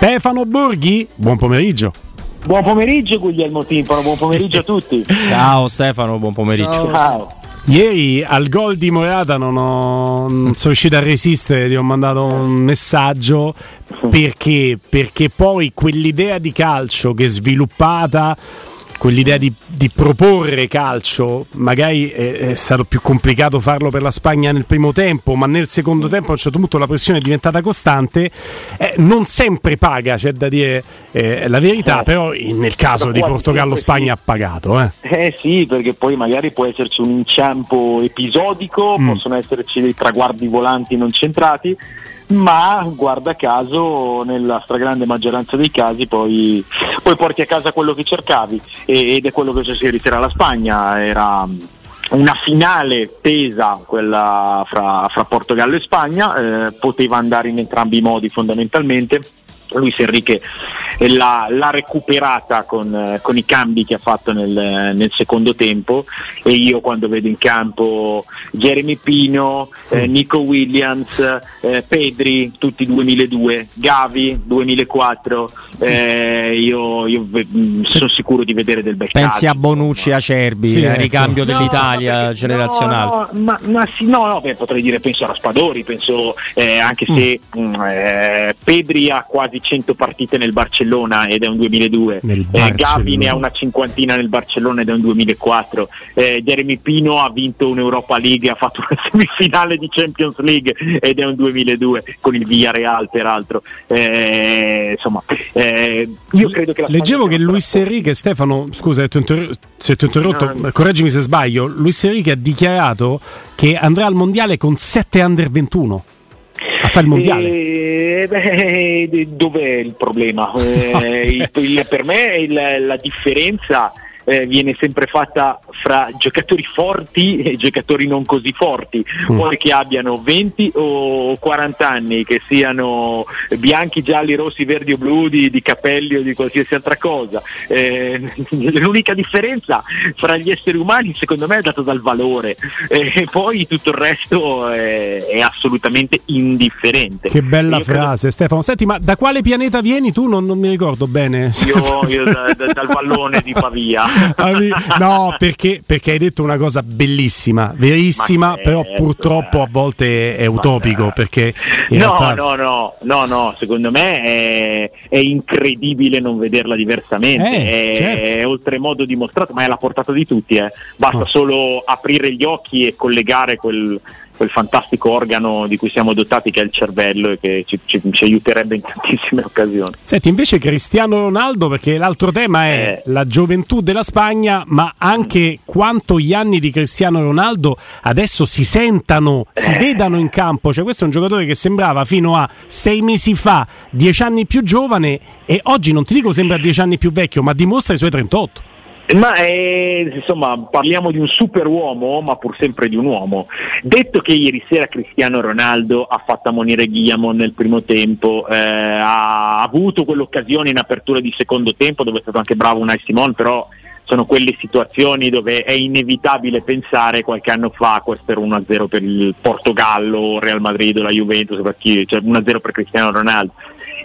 Stefano Borghi, buon pomeriggio. Buon pomeriggio Guglielmo Timpano, buon pomeriggio a tutti. Ciao Stefano, buon pomeriggio. Ciao. Ieri al gol di Morata non sono riuscito a resistere, ti ho mandato un messaggio perché poi quell'idea di calcio che è sviluppata, quell'idea di proporre calcio, magari è stato più complicato farlo per la Spagna nel primo tempo, ma nel secondo tempo a un certo punto la pressione è diventata costante, non sempre paga, c'è da dire la verità, però nel caso di Portogallo-Spagna ha pagato. Sì, perché poi magari può esserci un inciampo episodico, possono esserci dei traguardi volanti non centrati, ma guarda caso nella stragrande maggioranza dei casi poi porti a casa quello che cercavi, ed è quello che si ritira la Spagna. Era una finale tesa quella fra Portogallo e Spagna, poteva andare in entrambi i modi fondamentalmente. Luis Enrique l'ha recuperata con i cambi che ha fatto nel secondo tempo, e io quando vedo in campo Jeremy Pino, Nico Williams, Pedri, tutti 2002, Gavi 2004, io sono sicuro di vedere del bel calcio. Pensi a Bonucci e Acerbi, ricambio dell'Italia generazionale? Potrei dire, penso a Raspadori, penso anche se Pedri ha quasi 100 partite nel Barcellona ed è un 2002, Gavi ne ha una cinquantina nel Barcellona ed è un 2004, Jeremy Pino ha vinto un'Europa League, ha fatto una semifinale di Champions League ed è un 2002 con il Villarreal peraltro. Io credo che leggevo che Luis Enrique, Stefano, scusa se ti ho interrotto, correggimi se sbaglio, Luis Enrique ha dichiarato che andrà al mondiale con 7 under 21 a fare il mondiale. Dov'è il problema? Per me la differenza viene sempre fatta fra giocatori forti e giocatori non così forti, poi che abbiano 20 o 40 anni, che siano bianchi, gialli, rossi, verdi o blu, di capelli o di qualsiasi altra cosa. L'unica differenza fra gli esseri umani secondo me è data dal valore, e poi tutto il resto è assolutamente indifferente. Che bella frase, Stefano. Senti, ma da quale pianeta vieni tu? Non mi ricordo bene. Io dal vallone di Pavia. No, perché hai detto una cosa bellissima, verissima, però purtroppo a volte è utopico, perché in realtà... No, secondo me è incredibile non vederla diversamente, certo. È oltremodo dimostrato, ma è alla portata di tutti, basta solo aprire gli occhi e collegare quel fantastico organo di cui siamo dotati, che è il cervello, e che ci aiuterebbe in tantissime occasioni. Senti, invece Cristiano Ronaldo, perché l'altro tema è la gioventù della Spagna, ma anche quanto gli anni di Cristiano Ronaldo adesso si sentano, si vedano in campo. Cioè, questo è un giocatore che sembrava fino a 6 mesi fa 10 anni più giovane, e oggi non ti dico sembra 10 anni più vecchio, ma dimostra i suoi 38. Ma insomma, parliamo di un super uomo, ma pur sempre di un uomo. Detto che ieri sera Cristiano Ronaldo ha fatto ammonire Guillamon nel primo tempo, ha avuto quell'occasione in apertura di secondo tempo dove è stato anche bravo Unai Simon, però sono quelle situazioni dove è inevitabile pensare qualche anno fa questo era 1-0 per il Portogallo, Real Madrid o la Juventus, cioè 1-0 per Cristiano Ronaldo.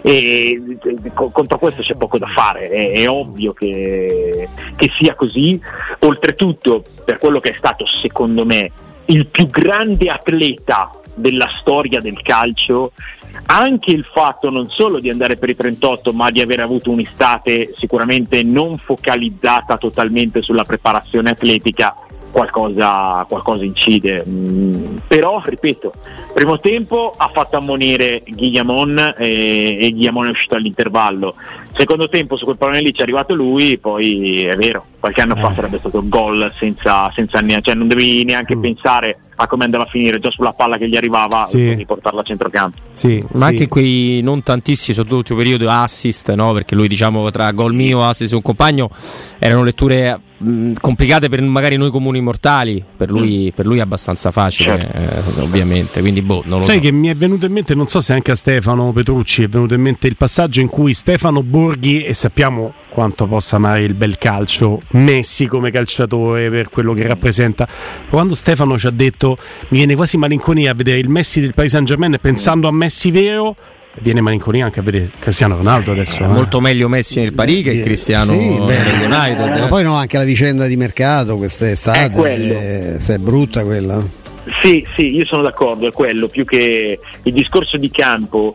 E contro questo c'è poco da fare, è ovvio che sia così. Oltretutto, per quello che è stato secondo me il più grande atleta della storia del calcio, anche il fatto non solo di andare per i 38, ma di aver avuto un'estate sicuramente non focalizzata totalmente sulla preparazione atletica, qualcosa incide. Però ripeto, primo tempo ha fatto ammonire Guillamon e Guillamon è uscito all'intervallo. Secondo tempo su quel pallone lì ci è arrivato lui, poi è vero, qualche anno fa sarebbe stato un gol senza cioè non devi neanche pensare a come andava a finire, già sulla palla che gli arrivava di portarla a centrocampo. Ma anche quei non tantissimi, soprattutto l'ultimo periodo, assist, no? Perché lui, diciamo, tra gol mio, assist su un compagno, erano letture complicate per magari noi comuni mortali, per lui è abbastanza facile, ovviamente, quindi non lo so. Sai che mi è venuto in mente, non so se anche a Stefano Petrucci è venuto in mente il passaggio in cui Stefano Borghi, e sappiamo quanto possa amare il bel calcio, Messi come calciatore per quello che rappresenta, quando Stefano ci ha detto mi viene quasi malinconia a vedere il Messi del Paris Saint-Germain pensando a Messi vero, viene malinconia anche a vedere Cristiano Ronaldo adesso. Molto meglio Messi nel Paris che Cristiano nel United. Ma poi no, anche la vicenda di mercato quest'estate è brutta quella. Sì, io sono d'accordo, è quello, più che il discorso di campo,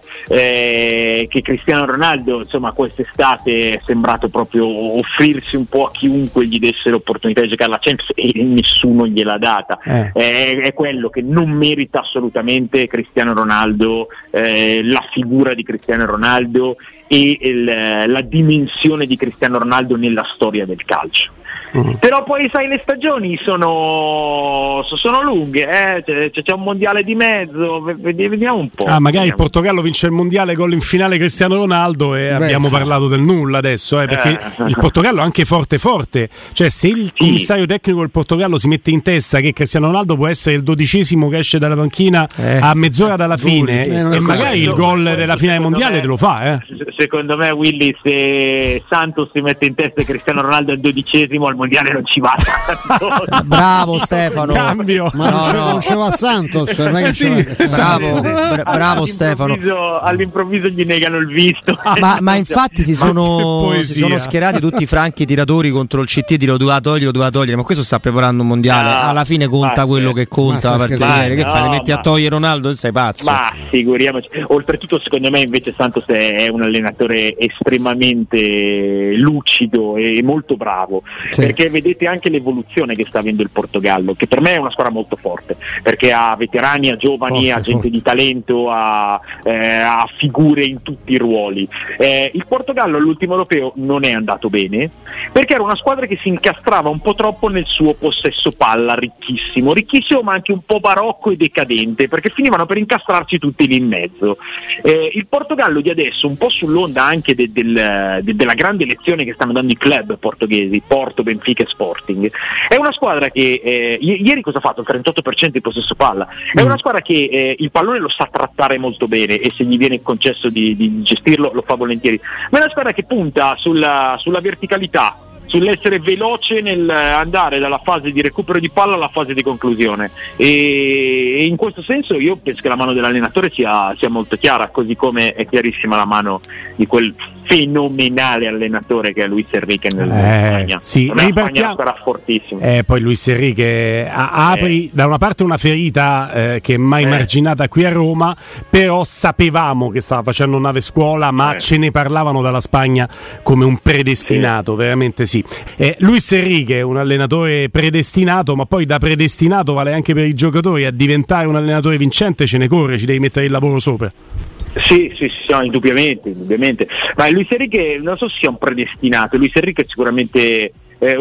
che Cristiano Ronaldo insomma quest'estate è sembrato proprio offrirsi un po' a chiunque gli desse l'opportunità di giocare alla Champions e nessuno gliel'ha data. È quello che non merita assolutamente Cristiano Ronaldo, la figura di Cristiano Ronaldo e la dimensione di Cristiano Ronaldo nella storia del calcio. Però poi sai, le stagioni sono lunghe, c'è un mondiale di mezzo, vediamo un po'. Magari il Portogallo vince il mondiale, gol in finale Cristiano Ronaldo e abbiamo parlato del nulla adesso, perché il Portogallo è anche forte, cioè se il commissario tecnico del Portogallo si mette in testa che Cristiano Ronaldo può essere il 12esimo che esce dalla panchina a mezz'ora dalla fine e magari il gol della finale mondiale te lo fa. Secondo me, Willy, se Santos si mette in testa che Cristiano Ronaldo è il 12esimo al mondiale non ci va tanto. Bravo Stefano. Cambio. Ma non ce va Santos, non è che bravo Stefano. All'improvviso gli negano il visto. Ma infatti si sono schierati tutti i franchi tiratori contro il CT di lo doveva togliere, ma questo sta preparando un mondiale. Alla fine conta quello che conta la partita. Che fai? Li metti a togliere Ronaldo e sei pazzo. Ma figuriamoci. Oltretutto secondo me invece Santos è un allenatore estremamente lucido e molto bravo, perché vedete anche l'evoluzione che sta avendo il Portogallo, che per me è una squadra molto forte, perché ha veterani, ha giovani, ha gente di talento, ha figure in tutti i ruoli. Il Portogallo all'ultimo europeo non è andato bene perché era una squadra che si incastrava un po' troppo nel suo possesso palla ricchissimo ma anche un po' barocco e decadente, perché finivano per incastrarci tutti lì in mezzo. Il Portogallo di adesso, un po' sull'onda anche della grande lezione che stanno dando i club portoghesi, Porto, Benfica e Sporting, è una squadra che ieri cosa ha fatto? Il 38% di possesso palla. È una squadra che il pallone lo sa trattare molto bene e se gli viene concesso di gestirlo lo fa volentieri, ma è una squadra che punta sulla verticalità, sull'essere veloce nel andare dalla fase di recupero di palla alla fase di conclusione, e in questo senso io penso che la mano dell'allenatore sia molto chiara, così come è chiarissima la mano di quel fenomenale allenatore che è Luis Enrique nel Spagna. Sì, Spagna sarà fortissimo. Poi Luis Enrique apri da una parte una ferita che è mai marginata qui a Roma, però sapevamo che stava facendo nave scuola, ma ce ne parlavano dalla Spagna come un predestinato, veramente sì. Luis Enrique è un allenatore predestinato, ma poi da predestinato vale anche per i giocatori, a diventare un allenatore vincente ce ne corre, ci devi mettere il lavoro sopra. Sì, no, indubbiamente. Ma Luis Enrique non so se sia un predestinato. Luis Enrique è sicuramente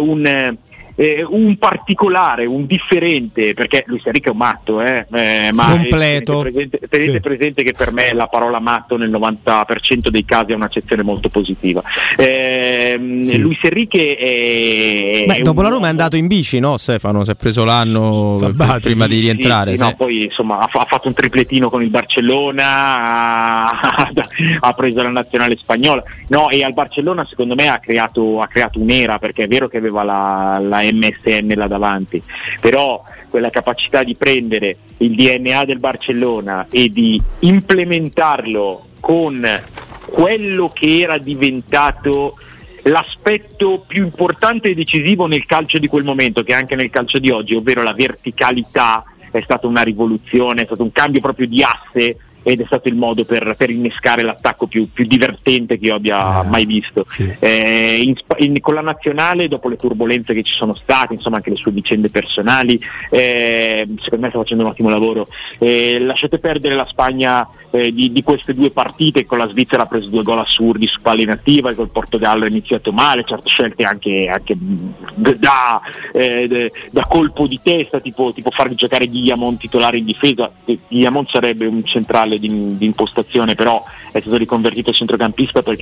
un particolare, un differente, perché Luis Enrique è un matto, ma completo. Tenete presente che per me la parola matto nel 90% dei casi è un'accezione molto positiva. Luis Enrique è dopo la Roma è andato in bici, no Stefano? Si è preso l'anno prima di rientrare. No, poi insomma ha fatto un tripletino con il Barcellona, ha preso la nazionale spagnola, no, e al Barcellona secondo me ha creato un'era, perché è vero che aveva la MSN là davanti, però quella capacità di prendere il DNA del Barcellona e di implementarlo con quello che era diventato l'aspetto più importante e decisivo nel calcio di quel momento, che anche nel calcio di oggi, ovvero la verticalità, è stata una rivoluzione, è stato un cambio proprio di asse ed è stato il modo per innescare l'attacco più divertente che io abbia mai visto. Con la nazionale, dopo le turbolenze che ci sono state, insomma anche le sue vicende personali, secondo me sta facendo un ottimo lavoro. Lasciate perdere la Spagna di queste due partite, con la Svizzera ha preso 2 gol assurdi su palla inattiva e col Portogallo ha iniziato male, certe scelte anche da colpo di testa, tipo fargli giocare Guillamon titolare in difesa. Guillamon sarebbe un centrale di impostazione, però è stato riconvertito centrocampista perché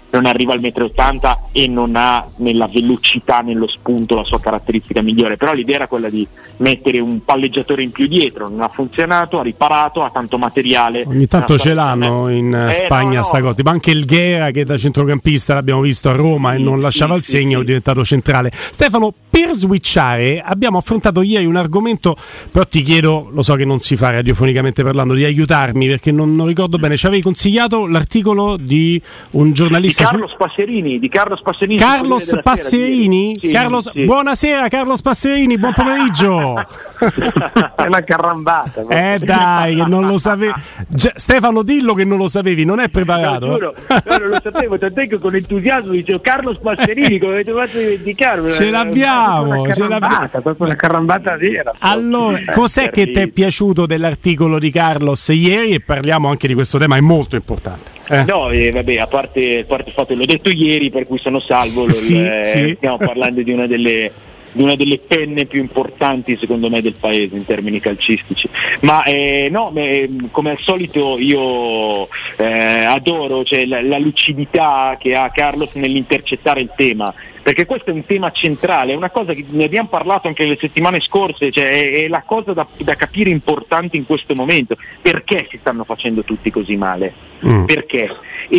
non arriva al 1,80 m e non ha nella velocità, nello spunto, la sua caratteristica migliore, però l'idea era quella di mettere un palleggiatore in più dietro, non ha funzionato, ha riparato, ha tanto materiale. Ogni tanto ce l'hanno in Spagna sta cosa, ma anche il Ghera, che da centrocampista l'abbiamo visto a Roma e non lasciava il segno, è diventato centrale. Stefano, per switchare abbiamo affrontato ieri un argomento, però ti chiedo, lo so che non si fa radiofonicamente parlando, di aiutarmi perché non ricordo bene. Ci avevi consigliato l'articolo di un giornalista di Carlos Passerini. Carlos Passerini? Sì, Carlos, sì. Buonasera Carlos Passerini, buon pomeriggio. È una carrambata. Dai, che non lo sapevi. Stefano, dillo che non lo sapevi, non è preparato. No, giuro, non lo sapevo, tant'è che con entusiasmo dicevo Carlos Passerini, come avete fatto dimenticarmi. Ce l'abbiamo. Proprio una carrambata vera. Allora, cos'è che ti è piaciuto dell'articolo di Carlos ieri? E parliamo anche di questo tema, è molto importante. No, vabbè, a parte il fatto che l'ho detto ieri, per cui sono salvo, sì. Stiamo parlando di una delle penne più importanti secondo me del paese in termini calcistici, ma come al solito io adoro, cioè, la lucidità che ha Carlos nell'intercettare il tema, perché questo è un tema centrale, è una cosa che ne abbiamo parlato anche le settimane scorse, cioè è la cosa da capire importante in questo momento. Perché si stanno facendo tutti così male? Perché?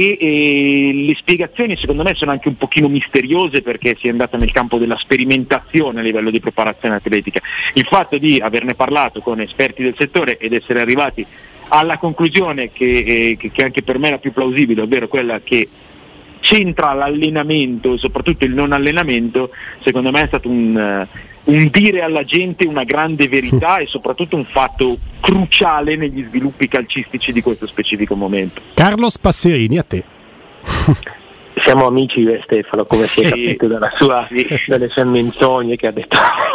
E le spiegazioni secondo me sono anche un pochino misteriose, perché si è andata nel campo della sperimentazione a livello di preparazione atletica. Il fatto di averne parlato con esperti del settore ed essere arrivati alla conclusione che anche per me è la più plausibile, ovvero quella che c'entra l'allenamento e soprattutto il non allenamento, secondo me è stato un dire alla gente una grande verità e soprattutto un fatto cruciale negli sviluppi calcistici di questo specifico momento. Carlos Passerini, a te. Siamo amici io e Stefano, come si è capito dalle sue menzogne che ha detto.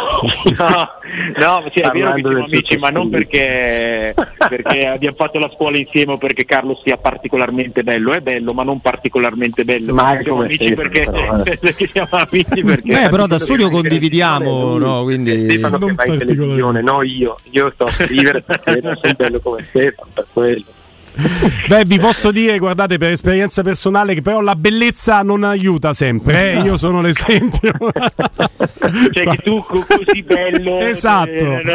No, sì, è vero che siamo amici, ma non perché abbiamo fatto la scuola insieme o perché Carlo sia particolarmente bello. È bello, ma non particolarmente bello. Ma siamo amici perché siamo amici perché. Però da studio condividiamo, no? Quindi Stefano che va in televisione, no io sto a scrivere perché non sono bello come Stefano, per quello. Beh, vi posso dire, guardate, per esperienza personale, che però la bellezza non aiuta sempre, Io sono l'esempio. Cioè che tu così bello, esatto,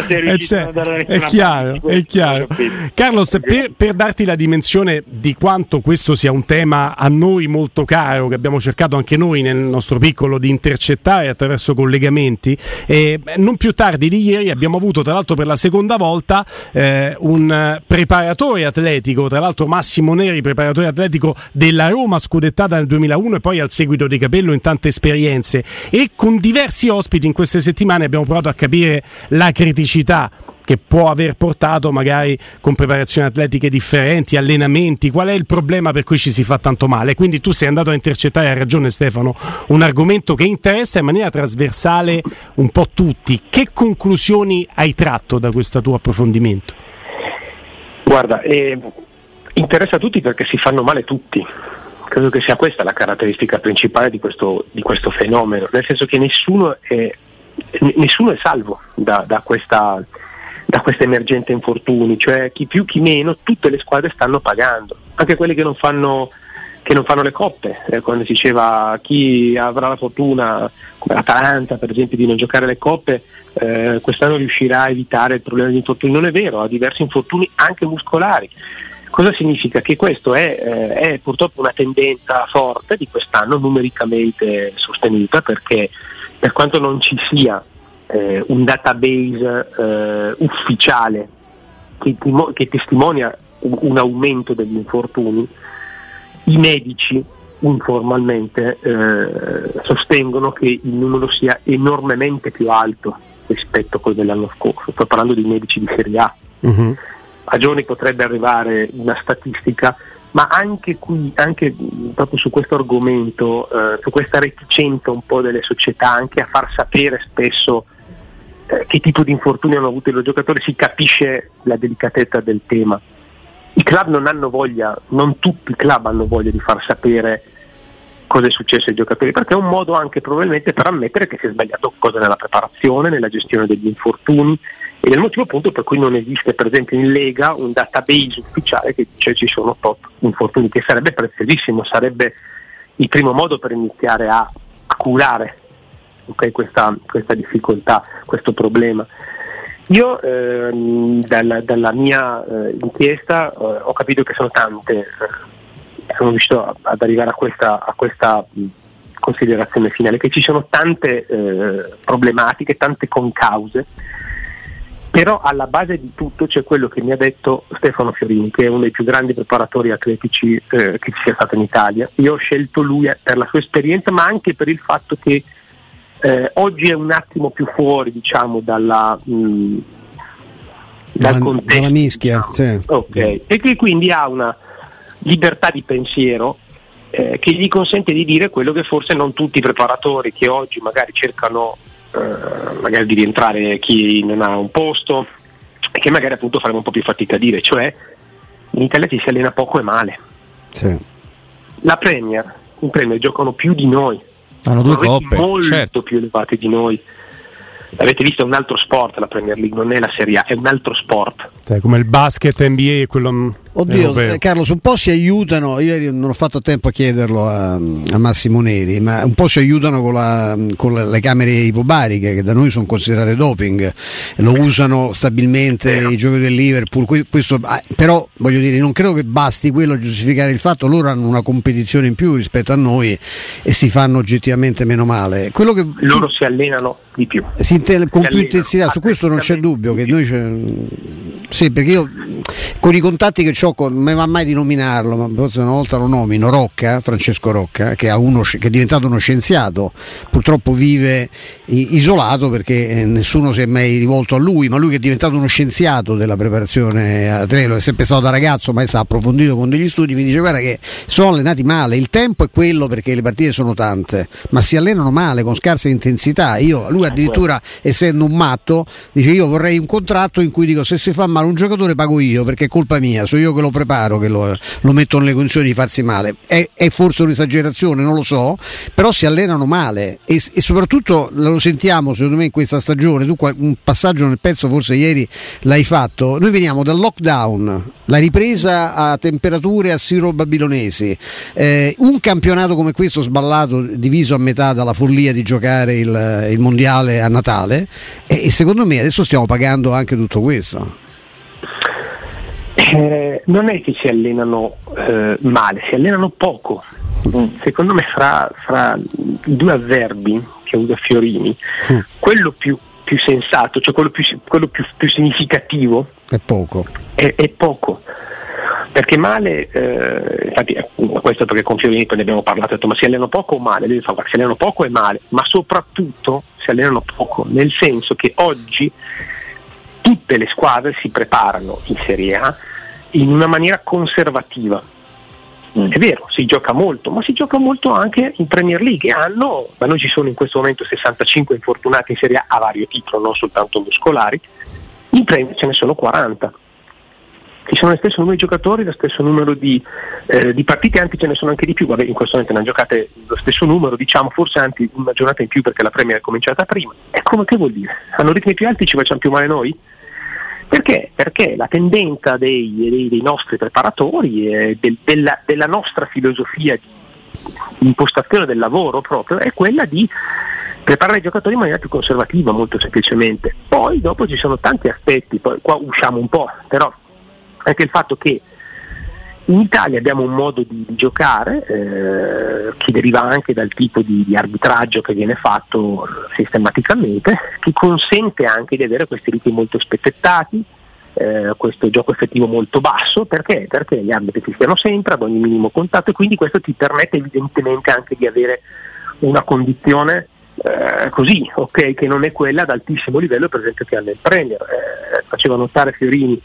è chiaro. Carlos, per darti la dimensione di quanto questo sia un tema a noi molto caro, che abbiamo cercato anche noi nel nostro piccolo di intercettare attraverso collegamenti, non più tardi di ieri abbiamo avuto, tra l'altro per la seconda volta, un preparatore atletico, tra l'altro Massimo Neri, preparatore atletico della Roma, scudettata nel 2001 e poi al seguito di Capello in tante esperienze, e con diversi ospiti in queste settimane abbiamo provato a capire la criticità che può aver portato magari con preparazioni atletiche differenti, allenamenti, qual è il problema per cui ci si fa tanto male. Quindi tu sei andato a intercettare, ha ragione Stefano, un argomento che interessa in maniera trasversale un po' tutti. Che conclusioni hai tratto da questo tuo approfondimento? Guarda, interessa a tutti perché si fanno male tutti. Credo che sia questa la caratteristica principale di questo fenomeno, nel senso che nessuno è salvo da questa emergente infortuni, cioè chi più chi meno, tutte le squadre stanno pagando, anche quelle che non fanno le coppe, quando si diceva chi avrà la fortuna, come l'Atalanta per esempio, di non giocare le coppe, quest'anno riuscirà a evitare il problema di infortuni. Non è vero, ha diversi infortuni anche muscolari. Cosa significa? Che questo è purtroppo una tendenza forte di quest'anno, numericamente sostenuta, perché per quanto non ci sia un database ufficiale che testimonia un aumento degli infortuni, i medici informalmente sostengono che il numero sia enormemente più alto rispetto a quello dell'anno scorso. Sto parlando di medici di Serie A. Uh-huh. A giorni potrebbe arrivare una statistica, ma anche qui, anche proprio su questo argomento, su questa reticenza un po' delle società anche a far sapere spesso che tipo di infortuni hanno avuto i loro giocatori, si capisce la delicatezza del tema. I club non hanno voglia, non tutti i club hanno voglia di far sapere cosa è successo ai giocatori, perché è un modo anche probabilmente per ammettere che si è sbagliato cosa nella preparazione, nella gestione degli infortuni, ed è il motivo appunto per cui non esiste per esempio in Lega un database ufficiale che dice ci sono top infortuni, che sarebbe preziosissimo, sarebbe il primo modo per iniziare a curare, okay, questa difficoltà, questo problema. Io dalla mia inchiesta ho capito che sono tante, sono riuscito ad arrivare a questa considerazione finale, che ci sono tante problematiche, tante concause, però alla base di tutto c'è quello che mi ha detto Stefano Fiorini, che è uno dei più grandi preparatori atletici che ci sia stato in Italia. Io ho scelto lui per la sua esperienza, ma anche per il fatto che oggi è un attimo più fuori, diciamo, dal contesto, dalla mischia, diciamo. Sì. Okay. E che quindi ha una libertà di pensiero che gli consente di dire quello che forse non tutti i preparatori che oggi magari cercano magari di rientrare, chi non ha un posto, e che magari appunto faremo un po' più fatica a dire, cioè in Italia ci si allena poco e male. Sì. In Premier giocano più di noi, hanno 2 coppe molto più elevate di noi. Avete visto, è un altro sport la Premier League, non è la Serie A, è un altro sport. Come il basket NBA e quello. Oddio, Carlo, un po' si aiutano, io non ho fatto tempo a chiederlo a Massimo Neri, ma un po' si aiutano con le camere ipobariche, che da noi sono considerate doping, e lo usano stabilmente i giocatori del Liverpool. Questo, però voglio dire, non credo che basti quello a giustificare il fatto. Loro hanno una competizione in più rispetto a noi e si fanno oggettivamente meno male. Loro si allenano di più, con più intensità, su questo non c'è dubbio che noi sì, perché io con i contatti che ho, non mi va mai di nominarlo, ma forse una volta lo nomino, Francesco Rocca, che è diventato uno scienziato, purtroppo vive isolato perché nessuno si è mai rivolto a lui, ma lui che è diventato uno scienziato della preparazione atletica, è sempre stato da ragazzo, ma ha approfondito con degli studi, mi dice: guarda che sono allenati male, il tempo è quello perché le partite sono tante, ma si allenano male, con scarsa intensità. Lui addirittura, essendo un matto, dice: io vorrei un contratto in cui dico, se si fa male un giocatore pago io, perché è colpa mia, sono io che lo preparo, che lo metto nelle condizioni di farsi male. È forse un'esagerazione, non lo so, però si allenano male e soprattutto lo sentiamo secondo me in questa stagione. Tu un passaggio nel pezzo forse ieri l'hai fatto. Noi veniamo dal lockdown, la ripresa a temperature a siro babilonesi, un campionato come questo sballato, diviso a metà dalla follia di giocare il mondiale a Natale, e secondo me adesso stiamo pagando anche tutto questo. Non è che si allenano male, si allenano poco. Secondo me fra i 2 avverbi che usa Fiorini, quello più sensato, cioè quello più significativo è poco. È poco. Perché male, infatti questo perché con Fiorini poi ne abbiamo parlato, ho detto: ma si allenano poco o male? Lui fa: si allenano poco e male, ma soprattutto si allenano poco, nel senso che oggi tutte le squadre si preparano in Serie A in una maniera conservativa. È vero, si gioca molto, ma si gioca molto anche in Premier League. Ma noi ci sono in questo momento 65 infortunati in Serie A a vario titolo, non soltanto muscolari. In Premier ce ne sono 40. Ci sono lo stesso numero di giocatori, lo stesso numero di partite, anzi ce ne sono anche di più. Vabbè, in questo momento ne hanno giocate lo stesso numero, diciamo, forse anche una giornata in più perché la Premier è cominciata prima. E come che vuol dire? Hanno ritmi più alti, ci facciamo più male noi? Perché? Perché la tendenza dei nostri preparatori e della nostra filosofia di impostazione del lavoro proprio è quella di preparare i giocatori in maniera più conservativa, molto semplicemente. Poi dopo ci sono tanti aspetti, poi qua usciamo un po', però anche il fatto che in Italia abbiamo un modo di giocare che deriva anche dal tipo di arbitraggio che viene fatto sistematicamente, che consente anche di avere questi ritmi molto spezzettati, questo gioco effettivo molto basso. Perché? Perché gli arbitri si stiano sempre ad ogni minimo contatto, e quindi questo ti permette evidentemente anche di avere una condizione così, ok, che non è quella ad altissimo livello per esempio che ha nel Premier. Faceva notare Fiorini,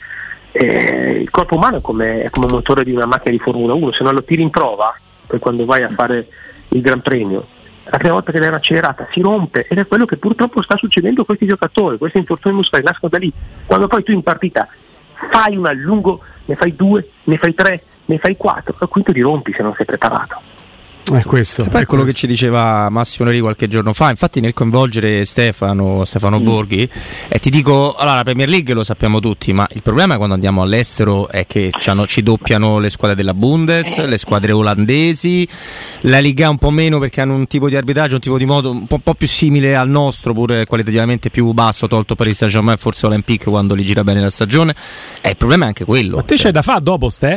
il corpo umano è come motore di una macchina di Formula 1, se non lo tiri in prova, poi quando vai a fare il Gran Premio, la prima volta che viene accelerata si rompe, ed è quello che purtroppo sta succedendo a questi giocatori. Questi infortuni muscolari nascono da lì. Quando poi tu in partita fai un allungo, ne fai 2, ne fai 3, ne fai 4, al quinto ti rompi se non sei preparato. Questo è quello che ci diceva Massimo Neri qualche giorno fa. Infatti, nel coinvolgere Stefano Borghi, ti dico, allora, la Premier League lo sappiamo tutti, ma il problema è quando andiamo all'estero è che ci doppiano le squadre della Bundes, le squadre olandesi, la Liga un po' meno perché hanno un tipo di arbitraggio, un tipo di modo un po' più simile al nostro, pure qualitativamente più basso, tolto Paris Saint-Germain e forse Olympique quando li gira bene la stagione. Il problema è anche quello. Ma te c'hai da fare dopo, Ste?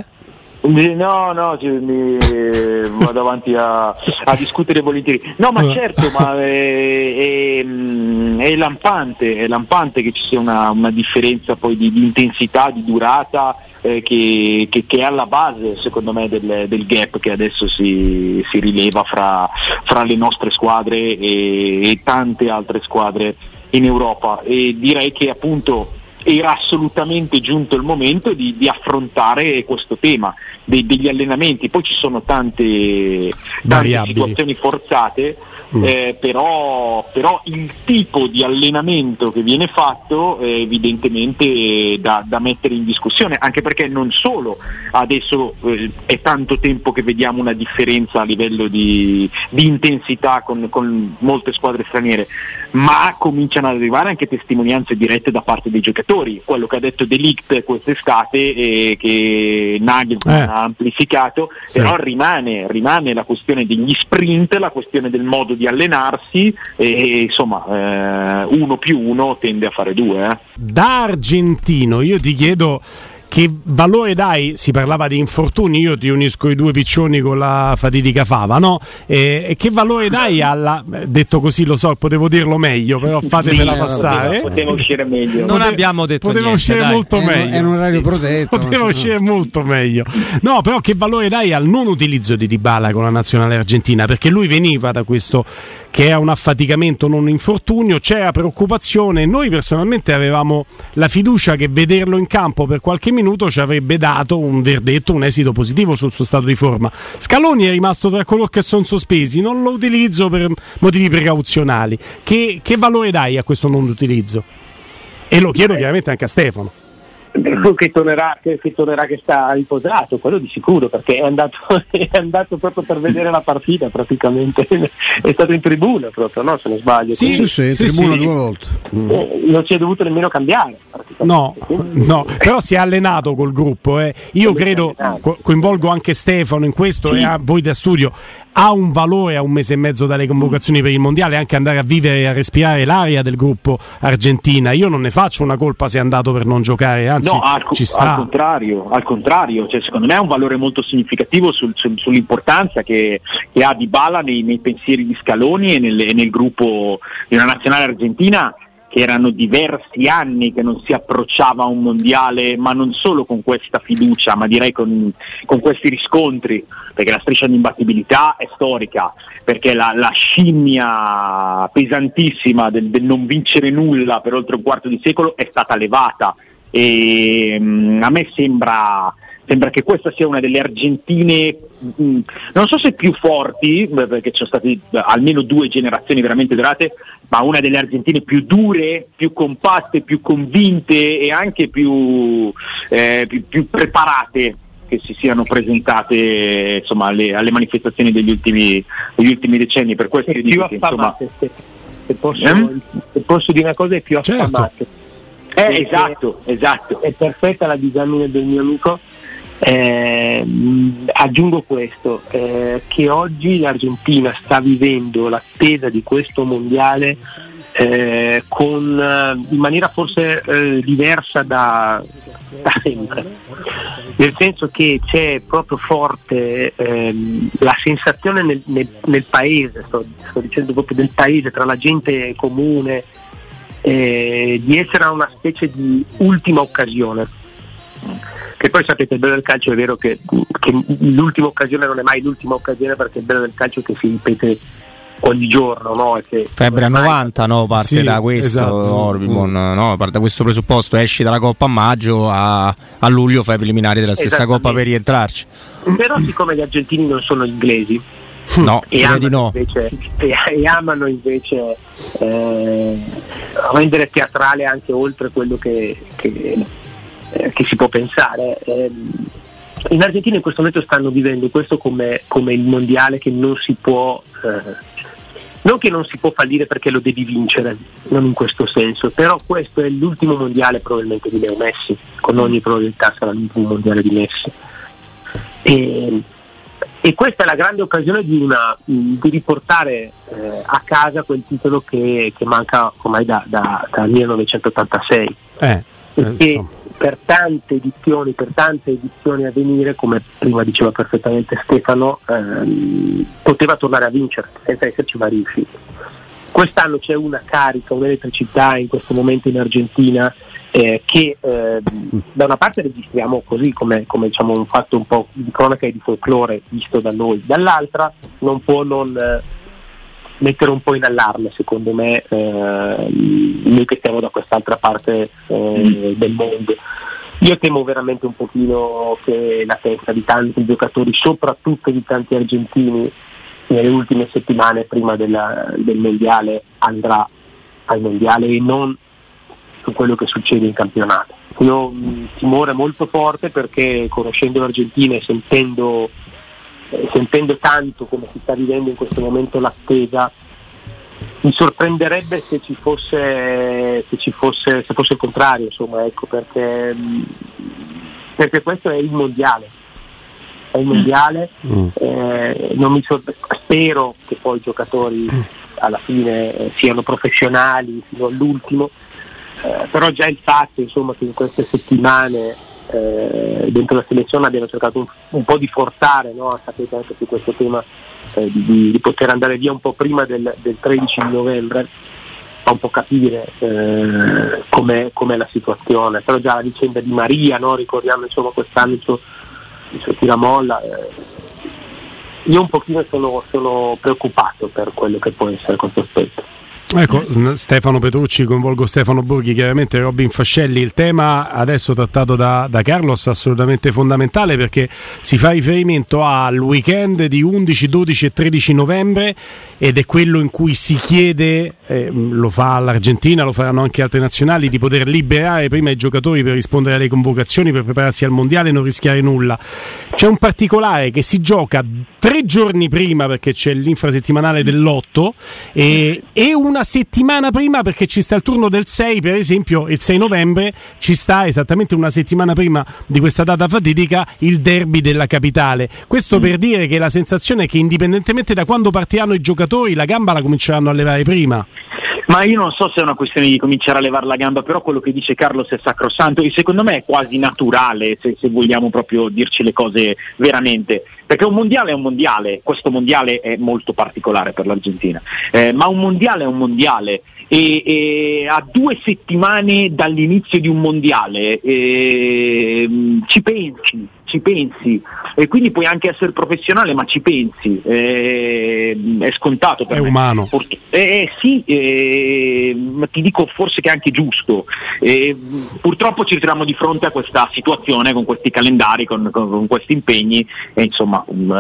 No, mi vado avanti a discutere volentieri. No, ma certo, ma è lampante che ci sia una differenza poi di intensità, di durata, che è alla base, secondo me, del gap che adesso si rileva fra le nostre squadre e tante altre squadre in Europa. E direi che appunto era assolutamente giunto il momento di affrontare questo tema degli allenamenti. Poi ci sono tante situazioni forzate, però il tipo di allenamento che viene fatto è evidentemente da mettere in discussione, anche perché non solo adesso è tanto tempo che vediamo una differenza a livello di intensità con molte squadre straniere, ma cominciano ad arrivare anche testimonianze dirette da parte dei giocatori. Quello che ha detto De Ligt quest'estate che Nagelsmann ha amplificato, sì. Però rimane la questione degli sprint, la questione del modo di allenarsi e insomma 1 più 1 tende a fare 2. Da argentino io ti chiedo che valore dai, si parlava di infortuni, io ti unisco i due piccioni con la fatidica fava, no? E che valore dai alla, detto così lo so, potevo dirlo meglio, però fatemela passare. Poteva uscire meglio. Non abbiamo detto poteva niente, uscire molto meglio. È un orario protetto. Poteva uscire molto meglio. No, però che valore dai al non utilizzo di Dybala con la nazionale argentina? Perché lui veniva da questo che è un affaticamento, non un infortunio, c'era preoccupazione. Noi personalmente avevamo la fiducia che vederlo in campo per qualche minuto ci avrebbe dato un verdetto, un esito positivo sul suo stato di forma. Scaloni è rimasto tra coloro che sono sospesi, non lo utilizzo per motivi precauzionali. Che valore dai a questo non utilizzo? E lo chiedo chiaramente anche a Stefano. Che tornerà che sta riposato, quello di sicuro, perché è andato proprio per vedere la partita praticamente, è stato in tribuna proprio, no? Se non sbaglio. Sì, in tribuna 2 volte. Non si è dovuto nemmeno cambiare. No, però si è allenato col gruppo. Io credo, coinvolgo anche Stefano in questo e a voi da studio, ha un valore a 1 mese e mezzo dalle convocazioni per il mondiale anche andare a vivere e a respirare l'aria del gruppo Argentina. Io non ne faccio una colpa se è andato per non giocare, anzi ci sta. Al contrario, cioè, secondo me ha un valore molto significativo sull'importanza che ha Dybala nei pensieri di Scaloni e nel gruppo di una nazionale argentina che erano diversi anni che non si approcciava a un mondiale, ma non solo con questa fiducia, ma direi con questi riscontri, perché la striscia di imbattibilità è storica, perché la scimmia pesantissima del non vincere nulla per oltre un quarto di secolo è stata levata, e a me sembra che questa sia una delle Argentine, non so se più forti, perché ci sono state almeno 2 generazioni veramente durate, ma una delle Argentine più dure, più compatte, più convinte e anche più preparate che si siano presentate, insomma, alle manifestazioni degli ultimi decenni. Per questo io dico che, insomma, se posso dire una cosa, è più affamate. Esatto. È perfetta la disamina del mio amico. Aggiungo questo, che oggi l'Argentina sta vivendo l'attesa di questo mondiale in maniera forse diversa da sempre, nel senso che c'è proprio forte la sensazione nel paese, sto dicendo proprio del paese, tra la gente comune, di essere a una specie di ultima occasione. Che poi sapete, il bello del calcio è vero che l'ultima occasione non è mai l'ultima occasione, perché il bello del calcio è che si ripete ogni giorno, no? Febbre a 90, no? Parte da questo, esatto. Orbimon, no? Parte da questo presupposto, esci dalla Coppa a maggio, a luglio fai preliminari della stessa Coppa per rientrarci. Però siccome gli argentini non sono inglesi, no, e amano invece rendere teatrale anche oltre quello che si può pensare, in Argentina in questo momento stanno vivendo questo come il mondiale che non si può non che non si può fallire perché lo devi vincere, non in questo senso, però questo è l'ultimo mondiale probabilmente di Leo Messi, con ogni probabilità sarà l'ultimo mondiale di Messi, e questa è la grande occasione di riportare a casa quel titolo che manca ormai dal 1986, e per tante edizioni a venire, come prima diceva perfettamente Stefano, poteva tornare a vincere senza esserci mai riuscito. Quest'anno c'è una carica, un'elettricità in questo momento in Argentina che da una parte registriamo così come diciamo un fatto un po' di cronaca e di folklore visto da noi, dall'altra non può non mettere un po' in allarme, secondo me, noi che stiamo da quest'altra parte del mondo. Io temo veramente un pochino che la testa di tanti giocatori, soprattutto di tanti argentini, nelle ultime settimane prima del mondiale andrà al mondiale e non su quello che succede in campionato. Io ho un timore molto forte perché, conoscendo l'Argentina e sentendo tanto come si sta vivendo in questo momento l'attesa, mi sorprenderebbe se fosse il contrario, insomma, ecco, perché questo è il mondiale. Non mi spero che poi i giocatori alla fine siano professionali fino all'ultimo, però già il fatto, insomma, che in queste settimane dentro la selezione abbiano cercato un po' di forzare, no? Sapete anche su questo tema di poter andare via un po' prima del 13 di novembre, fa un po' capire com'è la situazione. Però già la vicenda di Maria, no? Ricordiamo insomma quest'anno il suo tiramolla, io un pochino sono preoccupato per quello che può essere questo aspetto. Ecco, Stefano Petrucci, coinvolgo Stefano Borghi, chiaramente Robin Fascelli. Il tema adesso trattato da Carlos è assolutamente fondamentale, perché si fa riferimento al weekend di 11, 12 e 13 novembre ed è quello in cui si chiede, lo fa l'Argentina, lo faranno anche altre nazionali, di poter liberare prima i giocatori per rispondere alle convocazioni, per prepararsi al mondiale e non rischiare nulla. C'è un particolare che si gioca 3 giorni prima, perché c'è l'infrasettimanale dell'8 e una settimana prima, perché ci sta il turno del 6, per esempio il 6 novembre ci sta esattamente una settimana prima di questa data fatidica il derby della capitale. Questo per dire che la sensazione è che, indipendentemente da quando partiranno i giocatori, la gamba la cominceranno a levare prima. Ma io non so se è una questione di cominciare a levare la gamba, però quello che dice Carlos è sacrosanto e secondo me è quasi naturale, se vogliamo proprio dirci le cose veramente, perché un mondiale è un mondiale, questo mondiale è molto particolare per l'Argentina, ma un mondiale è un mondiale e a 2 settimane dall'inizio di un mondiale ci pensi e quindi puoi anche essere professionale, ma ci pensi, è scontato per è me. Umano. Sì, ma ti dico forse che è anche giusto. Purtroppo ci ritroviamo di fronte a questa situazione, con questi calendari, con questi impegni e insomma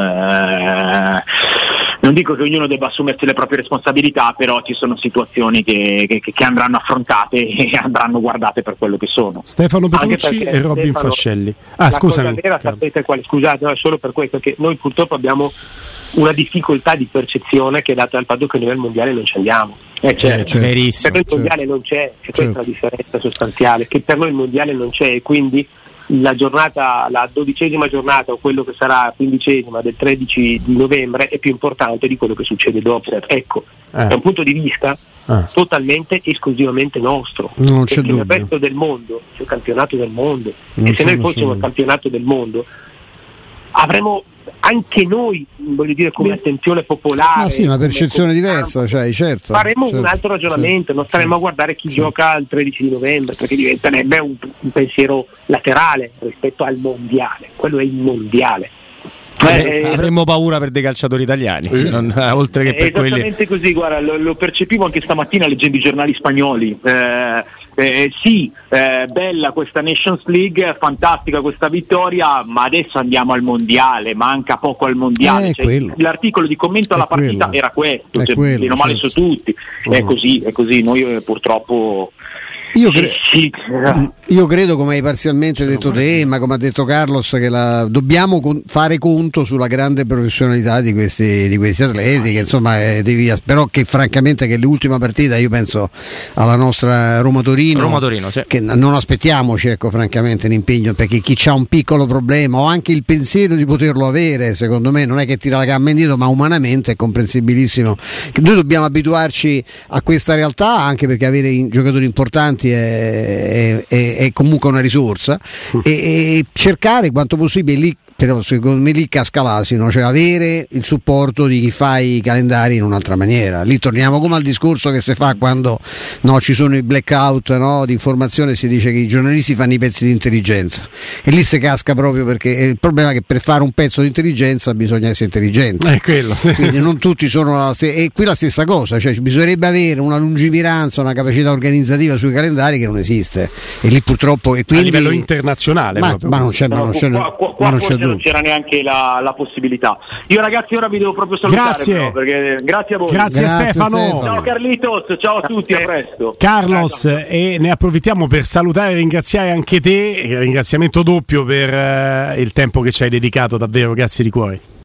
non dico che ognuno debba assumersi le proprie responsabilità, però ci sono situazioni che andranno affrontate e andranno guardate per quello che sono. Stefano Petrucci e Robin Fascelli. Scusami. Sapete quale? Scusate, no, è solo per questo che noi purtroppo abbiamo una difficoltà di percezione che è data dal fatto che noi al mondiale non ci andiamo. Verissimo. Per noi il mondiale non c'è, e questa è la differenza sostanziale, che per noi il mondiale non c'è e quindi la 12ª giornata o quello che sarà la 15ª del 13 di novembre è più importante di quello che succede dopo. Ecco, da un punto di vista totalmente esclusivamente nostro, non c'è perché dubbio. nel resto del mondo c'è il campionato del mondo e se noi fossimo il campionato del mondo avremmo anche noi, voglio dire, come attenzione popolare, una percezione diversa, cioè, certo, faremo un altro ragionamento, non staremo a guardare chi gioca il 13 di novembre, perché diventerebbe un pensiero laterale rispetto al mondiale. Quello è il mondiale. Avremmo paura per dei calciatori italiani, oltre che per quelli. Esattamente così, guarda, lo percepivo anche stamattina leggendo i giornali spagnoli. Bella questa Nations League, fantastica questa vittoria, ma adesso andiamo al mondiale, manca poco al mondiale. L'articolo di commento alla partita era questo, meno male su tutti. È così, noi purtroppo Io credo, come hai parzialmente detto te, ma come ha detto Carlos, che dobbiamo fare conto sulla grande professionalità di questi atleti, che insomma però che francamente che l'ultima partita, io penso alla nostra Roma-Torino, sì. Che non aspettiamoci, ecco, francamente un impegno, perché chi ha un piccolo problema o anche il pensiero di poterlo avere, secondo me non è che tira la gamba indietro, ma umanamente è comprensibilissimo. Noi dobbiamo abituarci a questa realtà, anche perché avere giocatori importanti è comunque una risorsa, e cercare quanto possibile lì. Però secondo me lì casca l'asino, cioè avere il supporto di chi fa i calendari in un'altra maniera. Lì torniamo come al discorso che si fa quando ci sono i blackout, di informazione, si dice che i giornalisti fanno i pezzi di intelligenza, e lì si casca proprio, perché il problema è che per fare un pezzo di intelligenza bisogna essere intelligenti, quello, sì. Quindi non tutti sono e qui la stessa cosa, cioè bisognerebbe avere una lungimiranza, una capacità organizzativa sui calendari che non esiste, e lì purtroppo quindi, a livello internazionale ma non c'è non c'era neanche la possibilità. Io ragazzi ora vi devo proprio salutare, grazie. Però, perché grazie a voi. Grazie Stefano. Ciao Carlitos, ciao a tutti, a presto. Carlos, e ne approfittiamo per salutare e ringraziare anche te, ringraziamento doppio per il tempo che ci hai dedicato, davvero grazie di cuore.